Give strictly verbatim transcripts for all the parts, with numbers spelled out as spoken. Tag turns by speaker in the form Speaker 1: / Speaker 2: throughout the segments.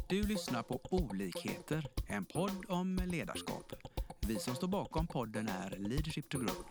Speaker 1: Du lyssnar på Olikheter, en podd om ledarskap. Vi som står bakom podden är Leadership to Grow.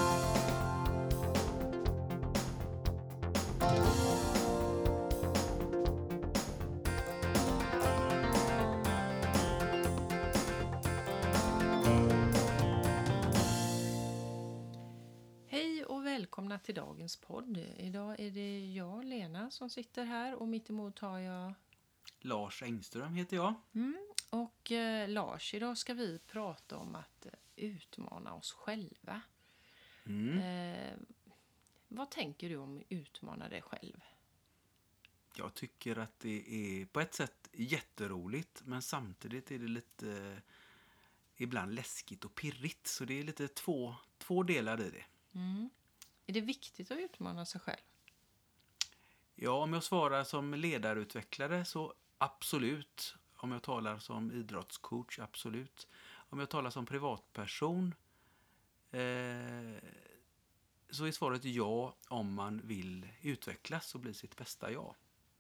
Speaker 2: Hej och välkomna till dagens podd. Idag är det jag, Lena, som sitter här och mitt emot har jag...
Speaker 1: Lars Engström heter jag.
Speaker 2: Mm. Och eh, Lars, idag ska vi prata om att eh, utmana oss själva.
Speaker 1: Mm.
Speaker 2: Eh, vad tänker du om att utmana dig själv?
Speaker 1: Jag tycker att det är på ett sätt jätteroligt, men samtidigt är det lite eh, ibland läskigt och pirrigt. Så det är lite två, två delar i det.
Speaker 2: Mm. Är det viktigt att utmana sig själv?
Speaker 1: Ja, om jag svarar som ledarutvecklare så absolut. Om jag talar som idrottscoach, absolut. Om jag talar som privatperson eh, så är svaret ja om man vill utvecklas och bli sitt bästa jag.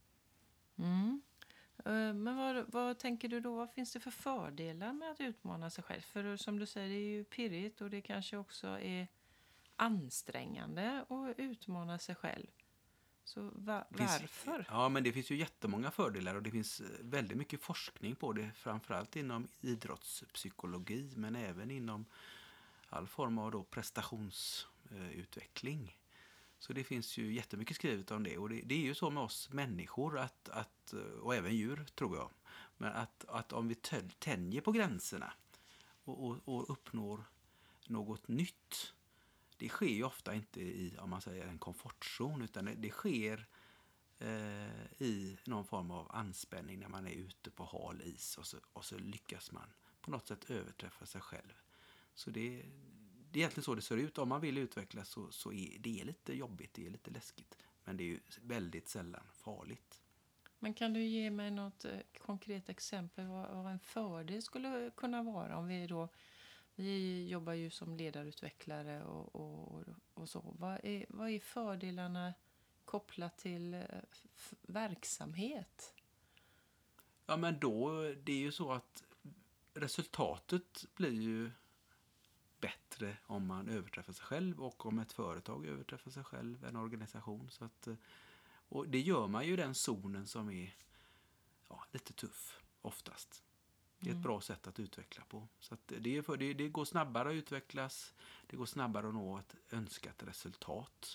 Speaker 2: Mm. Eh, men vad, vad tänker du då? Vad finns det för fördelar med att utmana sig själv? För som du säger, det är ju pirrigt och det kanske också är ansträngande att utmana sig själv. Så va- varför?
Speaker 1: Ja, men det finns ju jättemånga fördelar och det finns väldigt mycket forskning på det. Framförallt inom idrottspsykologi men även inom all form av då prestationsutveckling. Så det finns ju jättemycket skrivet om det. Och det, det är ju så med oss människor att, att, och även djur tror jag. Men att, att om vi tänjer på gränserna och, och, och uppnår något nytt. Det sker ju ofta inte i, om man säger, en komfortzon, utan det, det sker eh, i någon form av anspänning när man är ute på hal is och så, och så lyckas man på något sätt överträffa sig själv. Så det, det är egentligen så det ser ut. Om man vill utvecklas så, så är det lite jobbigt, det är lite läskigt. Men det är ju väldigt sällan farligt.
Speaker 2: Men kan du ge mig något eh, konkret exempel vad, vad en fördel skulle kunna vara om vi då... Vi jobbar ju som ledarutvecklare och, och, och så. Vad är, vad är fördelarna kopplat till eh, f- verksamhet?
Speaker 1: Ja, men då, det är ju så att resultatet blir ju bättre om man överträffar sig själv och om ett företag överträffar sig själv, en organisation. Så att, och det gör man ju i den zonen som är ja, lite tuff oftast. Det är ett bra sätt att utveckla på. Så att det, är för, det, det går snabbare att utvecklas, det går snabbare att nå ett önskat resultat.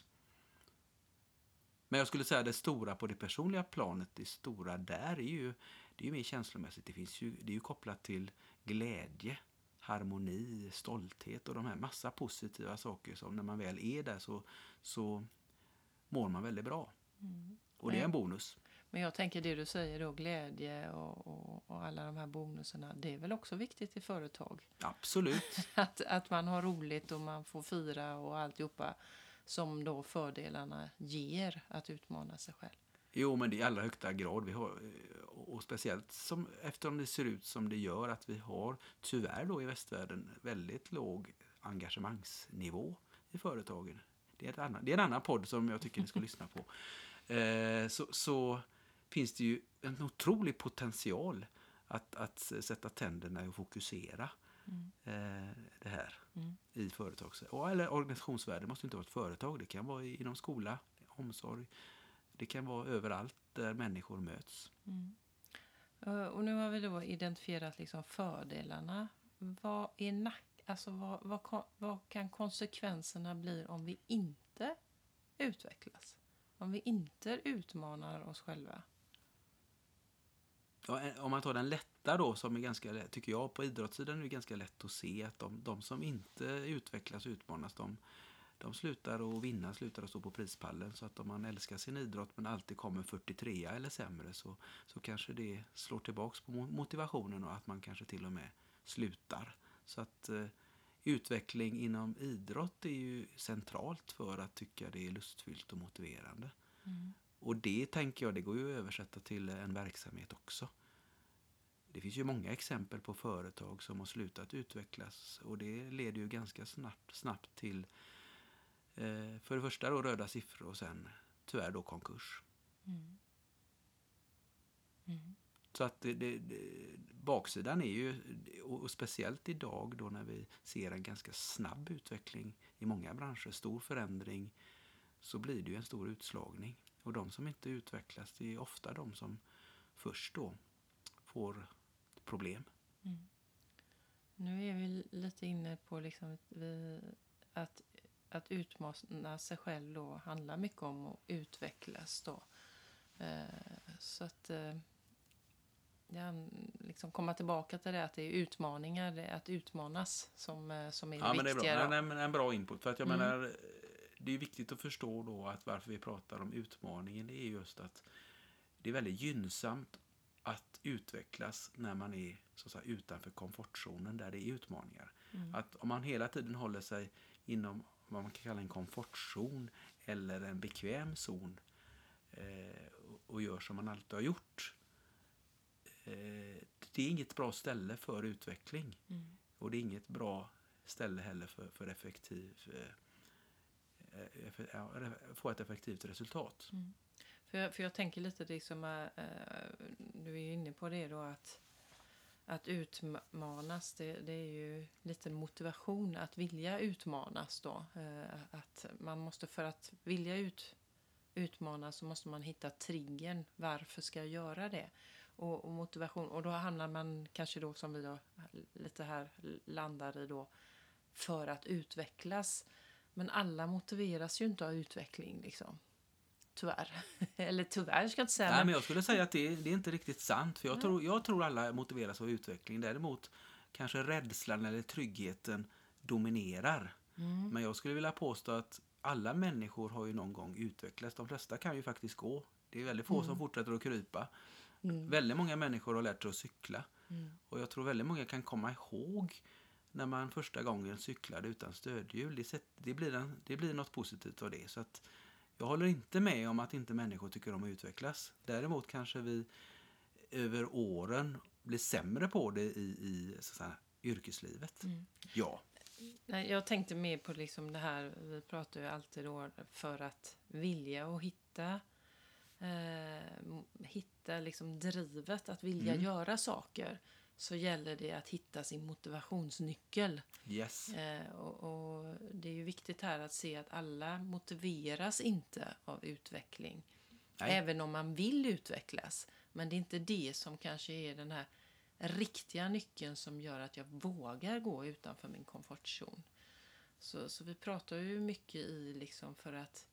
Speaker 1: Men jag skulle säga att det stora på det personliga planet, det stora där är ju, det är ju mer känslomässigt. Det, finns ju, det är ju kopplat till glädje, harmoni, stolthet och de här massa positiva saker som när man väl är där så, så mår man väldigt bra. Mm. Och det är en bonus.
Speaker 2: Men jag tänker det du säger då, glädje och, och, och alla de här bonusarna, det är väl också viktigt i företag?
Speaker 1: Absolut.
Speaker 2: att, att man har roligt och man får fira och alltihopa som då fördelarna ger att utmana sig själv.
Speaker 1: Jo, men det är i allra högsta grad. Vi har, och speciellt som, eftersom det ser ut som det gör att vi har tyvärr då i västvärlden väldigt låg engagemangsnivå i företagen. Det är, ett annan, det är en annan podd som jag tycker ni ska lyssna på. Eh, så, så finns det ju en otrolig potential att, att sätta tänderna och fokusera mm. eh, det här mm. i företags- och, eller organisationsvärlden. Det måste inte vara ett företag. Det kan vara inom skola, omsorg. Det kan vara överallt där människor möts.
Speaker 2: Mm. Och nu har vi då identifierat liksom fördelarna. Vad är nack, alltså vad, vad, vad kan konsekvenserna bli om vi inte utvecklas? Om vi inte utmanar oss själva?
Speaker 1: Ja, om man tar den lätta då, som är ganska lätt, tycker jag på idrottssidan är det ganska lätt att se att de, de som inte utvecklas och utmanas, de, de slutar att vinna, slutar att stå på prispallen. Så att om man älskar sin idrott men alltid kommer fyrtiotre eller sämre så, så kanske det slår tillbaks på motivationen och att man kanske till och med slutar. Så att eh, utveckling inom idrott är ju centralt för att tycka det är lustfyllt och motiverande. Mm. Och det tänker jag, det går ju att översätta till en verksamhet också. Det finns ju många exempel på företag som har slutat utvecklas och det leder ju ganska snabbt, snabbt till eh, för det första då röda siffror och sen tyvärr då konkurs. Mm. Mm. Så att det, det, det, baksidan är ju, och speciellt idag då när vi ser en ganska snabb utveckling i många branscher, stor förändring, så blir det ju en stor utslagning. Och de som inte utvecklas, det är ofta de som först då får problem.
Speaker 2: Mm. Nu är vi lite inne på liksom vi, att, att utmana sig själv då handlar mycket om att utvecklas då. Eh, så att eh, ja, liksom komma tillbaka till det att det är utmaningar, det är att utmanas som, eh, som är
Speaker 1: Ja, men det är
Speaker 2: viktiga.
Speaker 1: bra.
Speaker 2: Då.
Speaker 1: Nej, men en bra input. För att jag
Speaker 2: Mm.
Speaker 1: menar, det är viktigt att förstå då att varför vi pratar om utmaningen, det är just att det är väldigt gynnsamt att utvecklas när man är så att säga, utanför komfortzonen där det är utmaningar.
Speaker 2: Mm.
Speaker 1: Att om man hela tiden håller sig inom vad man kan kalla en komfortzon eller en bekväm zon eh, och gör som man alltid har gjort, eh, det är inget bra ställe för utveckling.
Speaker 2: Mm.
Speaker 1: Och det är inget bra ställe heller för, för effektiv eh, för, ja, få ett effektivt resultat.
Speaker 2: Mm. För, jag, för jag tänker lite liksom, äh, du är ju inne på det då att, att utmanas, det, det är ju lite motivation att vilja utmanas då. Äh, att man måste, för att vilja ut, utmanas så måste man hitta triggern, varför ska jag göra det? Och, och motivation, och då hamnar man kanske då som vi då lite här landar i då, för att utvecklas. Men alla motiveras ju inte av utveckling liksom. Tyvärr. Eller tyvärr ska jag inte säga.
Speaker 1: Nej,
Speaker 2: men...
Speaker 1: men jag skulle säga att det, det är inte riktigt sant. För jag tror, jag tror alla motiveras av utveckling. Däremot kanske rädslan eller tryggheten dominerar.
Speaker 2: Mm.
Speaker 1: Men jag skulle vilja påstå att alla människor har ju någon gång utvecklats. De flesta kan ju faktiskt gå. Det är väldigt få
Speaker 2: Mm.
Speaker 1: som fortsätter att krypa.
Speaker 2: Mm.
Speaker 1: Väldigt många människor har lärt sig att cykla.
Speaker 2: Mm.
Speaker 1: Och jag tror väldigt många kan komma ihåg när man första gången cyklade utan stödhjul. Det, det, blir, en, det blir något positivt av det. Så att jag håller inte med om att inte människor tycker om att utvecklas. Däremot kanske vi över åren blir sämre på det i, i så att säga, yrkeslivet. Mm. Ja.
Speaker 2: Nej, jag tänkte mer på liksom det här, vi pratar ju alltid då för att vilja och hitta eh, hitta liksom drivet att vilja mm. göra saker, så gäller det att hitta sin motivationsnyckel.
Speaker 1: Yes.
Speaker 2: Eh, och, och det är ju viktigt här att se att alla motiveras inte av utveckling. Nej. Även om man vill utvecklas. Men det är inte det som kanske är den här riktiga nyckeln som gör att jag vågar gå utanför min komfortzon. Så, så vi pratar ju mycket i liksom för att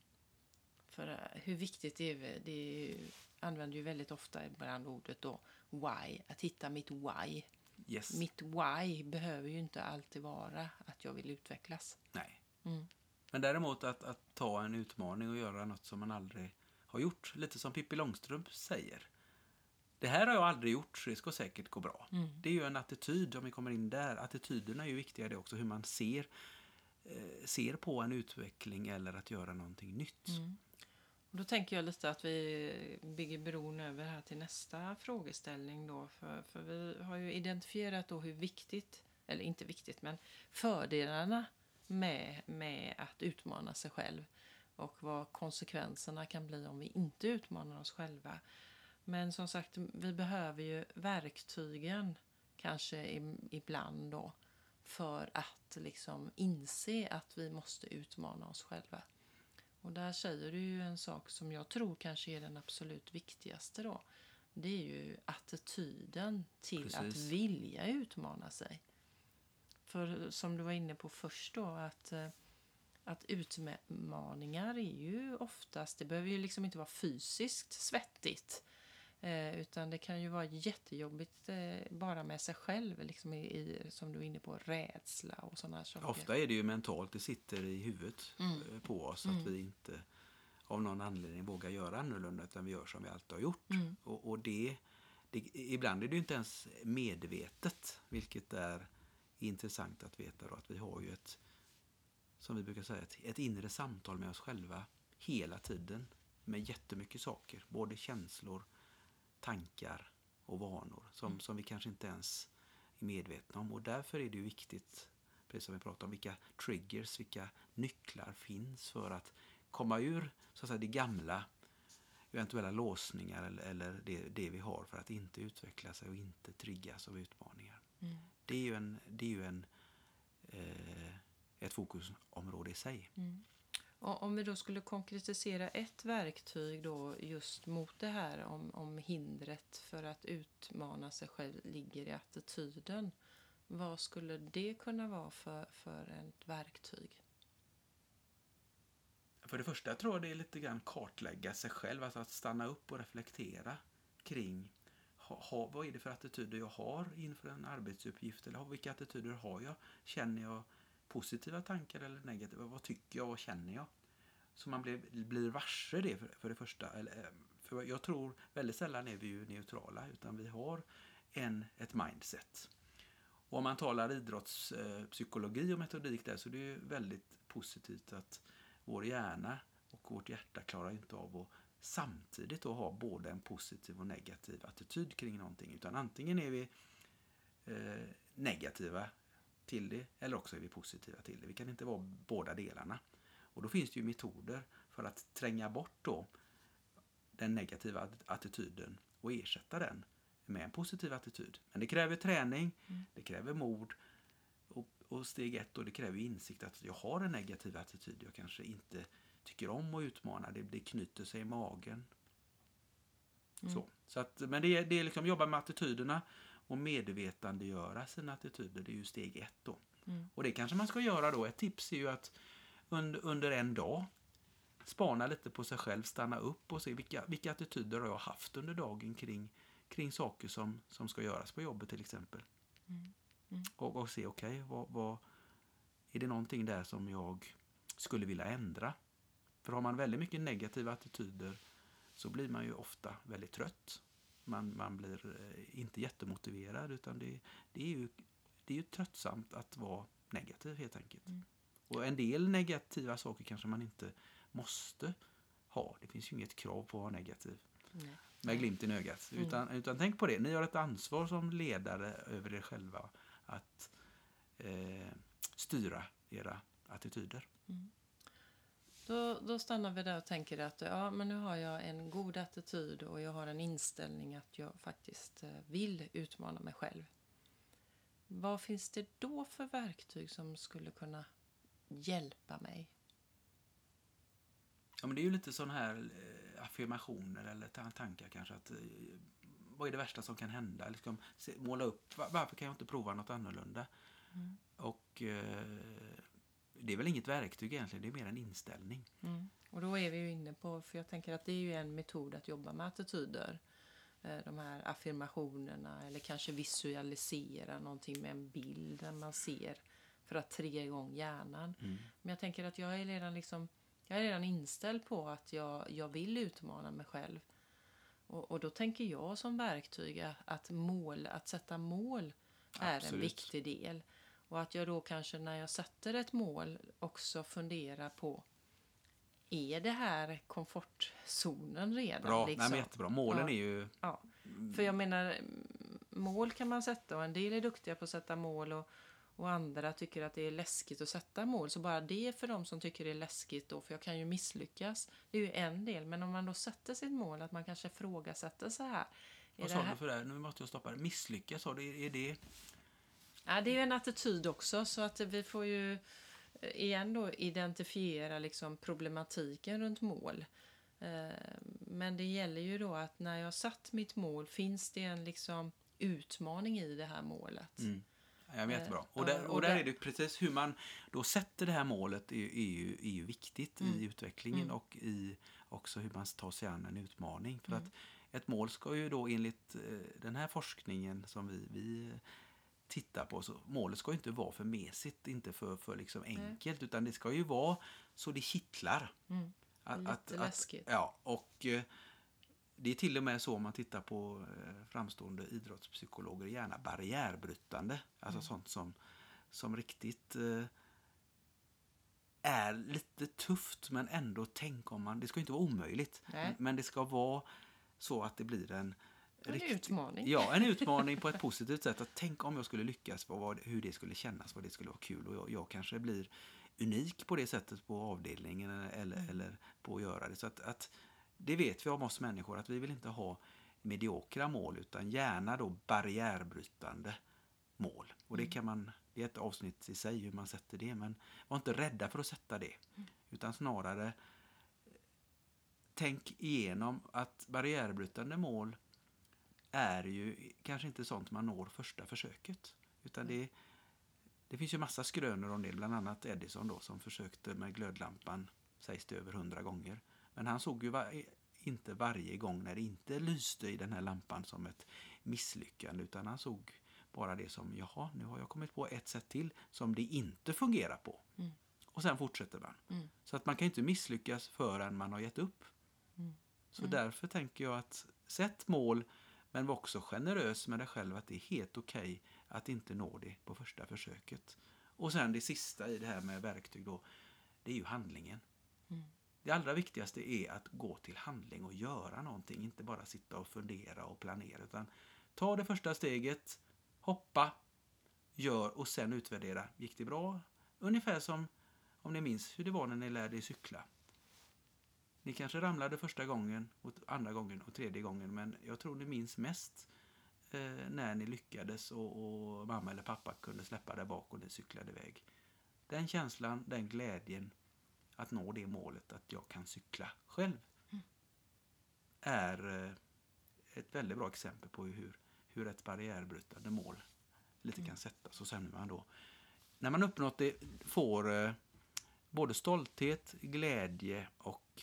Speaker 2: för hur viktigt det är. Det är ju, använder ju väldigt ofta ibland ordet då why, att hitta mitt why.
Speaker 1: Yes.
Speaker 2: Mitt why behöver ju inte alltid vara att jag vill utvecklas.
Speaker 1: Nej.
Speaker 2: Mm.
Speaker 1: Men däremot att, att ta en utmaning och göra något som man aldrig har gjort. Lite som Pippi Långstrump säger. Det här har jag aldrig gjort, så det ska säkert gå bra. Mm. Det är ju en attityd, om vi kommer in där. Attityderna är ju viktiga det också, hur man ser, eh, ser på en utveckling eller att göra någonting nytt.
Speaker 2: Mm. Och då tänker jag lite att vi bygger bron över här till nästa frågeställning då. För, för vi har ju identifierat då hur viktigt, eller inte viktigt, men fördelarna med, med att utmana sig själv. Och vad konsekvenserna kan bli om vi inte utmanar oss själva. Men som sagt, vi behöver ju verktygen kanske ibland då. För att liksom inse att vi måste utmana oss själva. Och där säger du ju en sak som jag tror kanske är den absolut viktigaste då. Det är ju attityden till Precis. Att vilja utmana sig. För som du var inne på först då, att, att utmaningar är ju oftast, det behöver ju liksom inte vara fysiskt svettigt. Eh, utan det kan ju vara jättejobbigt eh, bara med sig själv, liksom i, i, som du är inne på, rädsla och sådana här saker.
Speaker 1: Ofta är det ju mentalt, det sitter i huvudet mm. på oss mm. att vi inte av någon anledning vågar göra annorlunda, utan vi gör som vi alltid har gjort. Mm. Och, och det, det, ibland är det ju inte ens medvetet, vilket är intressant att veta då, att vi har ju ett, som vi brukar säga, ett, ett inre samtal med oss själva hela tiden med jättemycket saker, både känslor, tankar och vanor som, mm. som vi kanske inte ens är medvetna om. Och därför är det ju viktigt, precis som vi pratar om, vilka triggers, vilka nycklar finns för att komma ur så att säga, det gamla eventuella låsningar eller, eller det, det vi har för att inte utveckla sig och inte triggas av utmaningar.
Speaker 2: Mm.
Speaker 1: Det är ju, en, det är ju en, eh, ett fokusområde i sig.
Speaker 2: Mm. Och om vi då skulle konkretisera ett verktyg då just mot det här om, om hindret för att utmana sig själv ligger i attityden. Vad skulle det kunna vara för, för ett verktyg?
Speaker 1: För det första tror jag det är lite grann kartlägga sig själv, alltså att stanna upp och reflektera kring ha, ha, vad är det för attityder jag har inför en arbetsuppgift, eller vilka attityder har jag? Känner jag positiva tankar eller negativa? Vad tycker jag, vad känner jag? Så man blir, blir varse det för, för det första. Eller, för jag tror väldigt sällan är vi ju neutrala, utan vi har en, ett mindset. Och om man talar idrottspsykologi och metodik där, så det är det väldigt positivt att vår hjärna och vårt hjärta klarar inte av att samtidigt då ha både en positiv och negativ attityd kring någonting. Utan antingen är vi eh, negativa till det eller också är vi positiva till det. Vi kan inte vara båda delarna. Och då finns det ju metoder för att tränga bort då den negativa attityden och ersätta den med en positiv attityd. Men det kräver träning, mm. det kräver mod och, och steg ett och det kräver insikt att jag har en negativ attityd. Jag kanske inte tycker om att utmana, det, det knyter sig i magen. Mm. Så, så att, men det är, det är liksom jobba med attityderna och medvetandegöra sina attityder, det är ju steg ett då. Mm. Och det kanske man ska göra då. Ett tips är ju att under, under en dag spana lite på sig själv, stanna upp och se vilka, vilka attityder har jag haft under dagen kring, kring saker som, som ska göras på jobbet till exempel. Mm. Mm. Och, och se, okej, okay, vad, vad, är det någonting där som jag skulle vilja ändra? För har man väldigt mycket negativa attityder så blir man ju ofta väldigt trött. Man, man blir inte jättemotiverad, utan det, det, är ju, det är ju tröttsamt att vara negativ helt enkelt. Mm. Och en del negativa saker kanske man inte måste ha. Det finns ju inget krav på att vara negativ. Mm. Med glimten i ögat. Mm. Utan, utan tänk på det. Ni har ett ansvar som ledare över er själva att eh, styra era attityder.
Speaker 2: Mm. Då, då stannar vi där och tänker att ja, men nu har jag en god attityd och jag har en inställning att jag faktiskt vill utmana mig själv. Vad finns det då för verktyg som skulle kunna hjälpa mig?
Speaker 1: Ja, men det är ju lite sån här eh, affirmationer eller tankar kanske att eh, vad är det värsta som kan hända? Eller ska se, måla upp, var, varför kan jag inte prova något annorlunda? Mm. Och eh, det är väl inget verktyg egentligen, det är mer en inställning.
Speaker 2: Mm. Och då är vi ju inne på, för jag tänker att det är ju en metod att jobba med attityder. De här affirmationerna eller kanske visualisera någonting med en bild där man ser för att trigga igång hjärnan. Mm. Men jag tänker att jag är redan liksom jag är redan inställd på att jag, jag vill utmana mig själv. Och, och då tänker jag som verktyg att mål, att sätta mål är Absolut. En viktig del. Och att jag då kanske när jag sätter ett mål också funderar på, är det här komfortzonen redan?
Speaker 1: Bra,
Speaker 2: liksom?
Speaker 1: Nej, men jättebra. Målen
Speaker 2: ja.
Speaker 1: är ju...
Speaker 2: Ja, för jag menar, mål kan man sätta och en del är duktiga på att sätta mål och, och andra tycker att det är läskigt att sätta mål. Så bara det för de som tycker det är läskigt då, för jag kan ju misslyckas, det är ju en del. Men om man då sätter sitt mål, att man kanske frågasätter så här.
Speaker 1: Vad sa du för det? Nu måste jag stoppa det. Misslyckas, så det, är det...
Speaker 2: Ja, det är ju en attityd också, så att vi får ju igen då identifiera liksom problematiken runt mål. Men det gäller ju då att när jag satt mitt mål, finns det en liksom utmaning i det här målet.
Speaker 1: Mm. Ja, jättebra. Och där, och där är det precis hur man då sätter det här målet är, är, ju, är ju viktigt mm. i utvecklingen mm. och i också hur man tar sig an en utmaning. För mm. att ett mål ska ju då enligt den här forskningen som vi, vi tittar på, så målet ska ju inte vara för mesigt, inte för, för liksom enkelt, mm. utan det ska ju vara så det kittlar.
Speaker 2: Mm.
Speaker 1: Att,
Speaker 2: lite
Speaker 1: att,
Speaker 2: läskigt.
Speaker 1: Att, ja, och eh, det är till och med så om man tittar på eh, framstående idrottspsykologer, gärna barriärbrytande, alltså mm. sånt som, som riktigt eh, är lite tufft, men ändå tänk om man, det ska inte vara omöjligt, men, men det ska vara så att det blir en
Speaker 2: En rikt, utmaning.
Speaker 1: Ja, en utmaning på ett positivt sätt. Att tänk om jag skulle lyckas, vad, hur det skulle kännas, vad det skulle vara kul. Och jag, jag kanske blir unik på det sättet på avdelningen eller, mm. eller på att göra det. Så att, att det vet vi om oss människor att vi vill inte ha mediokra mål utan gärna då barriärbrytande mål. Och det kan man, det är ett avsnitt i sig hur man sätter det, men var inte rädda för att sätta det. Mm. Utan snarare tänk igenom att barriärbrytande mål är ju kanske inte sånt man når första försöket. Utan det, det finns ju massa skrönor om det, bland annat Edison då som försökte med glödlampan sägs det över hundra gånger. Men han såg ju var, inte varje gång när det inte lyste i den här lampan som ett misslyckande, utan han såg bara det som, jaha, nu har jag kommit på ett sätt till som det inte fungerar på. Mm. Och sen fortsätter man. Mm. Så att man kan inte misslyckas förrän man har gett upp. Mm. Så mm. därför tänker jag att sätt mål, men var också generös med dig själv att det är helt okej att inte nå det på första försöket. Och sen det sista i det här med verktyg då, det är ju handlingen. Mm. Det allra viktigaste är att gå till handling och göra någonting. Inte bara sitta och fundera och planera. Utan ta det första steget, hoppa, gör och sen utvärdera. Gick det bra? Ungefär som om ni minns hur det var när ni lärde er cykla. Ni kanske ramlade första gången, och andra gången och tredje gången. Men jag tror ni minns mest eh, när ni lyckades och, och mamma eller pappa kunde släppa där bak och ni cyklade iväg. Den känslan, den glädjen att nå det målet att jag kan cykla själv mm. är eh, ett väldigt bra exempel på hur, hur ett barriärbrytande mål lite mm. kan sättas. Och sen man då, när man uppnått det får eh, både stolthet, glädje och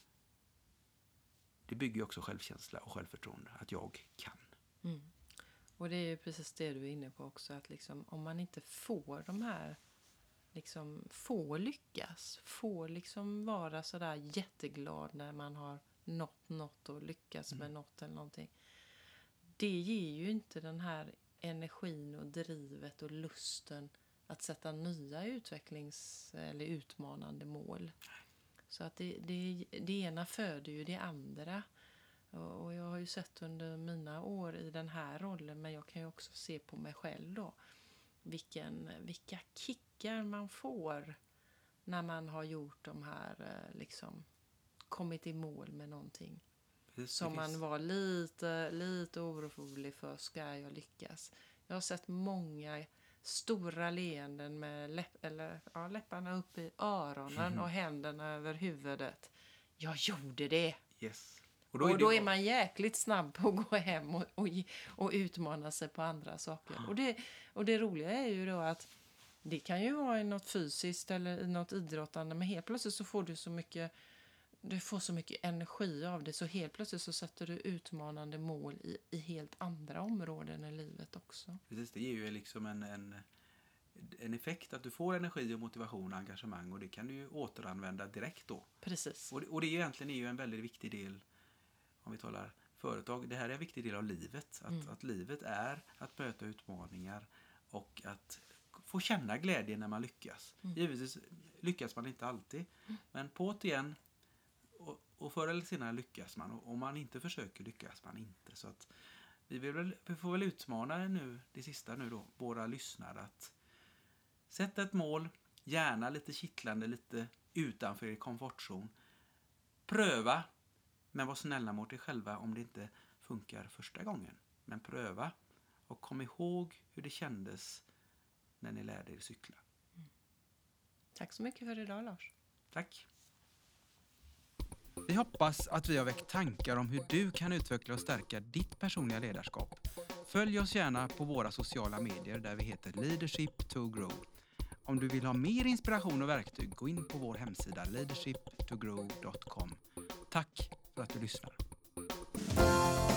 Speaker 1: det bygger också självkänsla och självförtroende att jag kan.
Speaker 2: Mm. Och det är ju precis det du är inne på också, att liksom, om man inte får de här liksom får lyckas, får liksom vara sådär jätteglad när man har nått något och lyckats mm. med något eller någonting. Det ger ju inte den här energin och drivet och lusten att sätta nya utvecklings- eller utmanande mål. Så att det, det, det ena föder ju det andra. Och, och jag har ju sett under mina år i den här rollen, men jag kan ju också se på mig själv då. Vilken, vilka kickar man får när man har gjort de här, liksom, kommit i mål med någonting. Precis. Som man var lite, lite orolig för, ska jag lyckas? Jag har sett många stora leenden med läpp, eller, ja, läpparna upp i öronen mm. och händerna över huvudet. Jag gjorde det!
Speaker 1: Yes.
Speaker 2: Och då, är, och då är man jäkligt snabb på att gå hem och, och, och utmana sig på andra saker. Mm. Och, det, och det roliga är ju då att det kan ju vara i något fysiskt eller i något idrottande, men helt plötsligt så får du så mycket, du får så mycket energi av det, så helt plötsligt så sätter du utmanande mål i, i helt andra områden i livet också.
Speaker 1: Precis, det ger ju liksom en, en, en effekt att du får energi och motivation och engagemang, och det kan du ju återanvända direkt då.
Speaker 2: Precis.
Speaker 1: Och, och det är egentligen är ju en väldigt viktig del, om vi talar företag, det här är en viktig del av livet. Att, mm. att livet är att möta utmaningar och att få känna glädje när man lyckas. Mm. Givetvis lyckas man inte alltid, mm. men på ett igen och, och förr eller senare lyckas man. Och om man inte försöker lyckas man inte. Så att vi, vill väl, vi får väl utmana nu, det sista nu då, våra lyssnare att sätta ett mål, gärna lite kittlande, lite utanför er komfortzon. Pröva. Men var snälla mot er själva om det inte funkar första gången. Men pröva och kom ihåg hur det kändes när ni lärde er cykla. Mm.
Speaker 2: Tack så mycket för idag, Lars.
Speaker 1: Tack. Vi hoppas att vi har väckt tankar om hur du kan utveckla och stärka ditt personliga ledarskap. Följ oss gärna på våra sociala medier där vi heter Leadership to Grow. Om du vill ha mer inspiration och verktyg, gå in på vår hemsida leadership to grow dot com. Tack för att du lyssnar.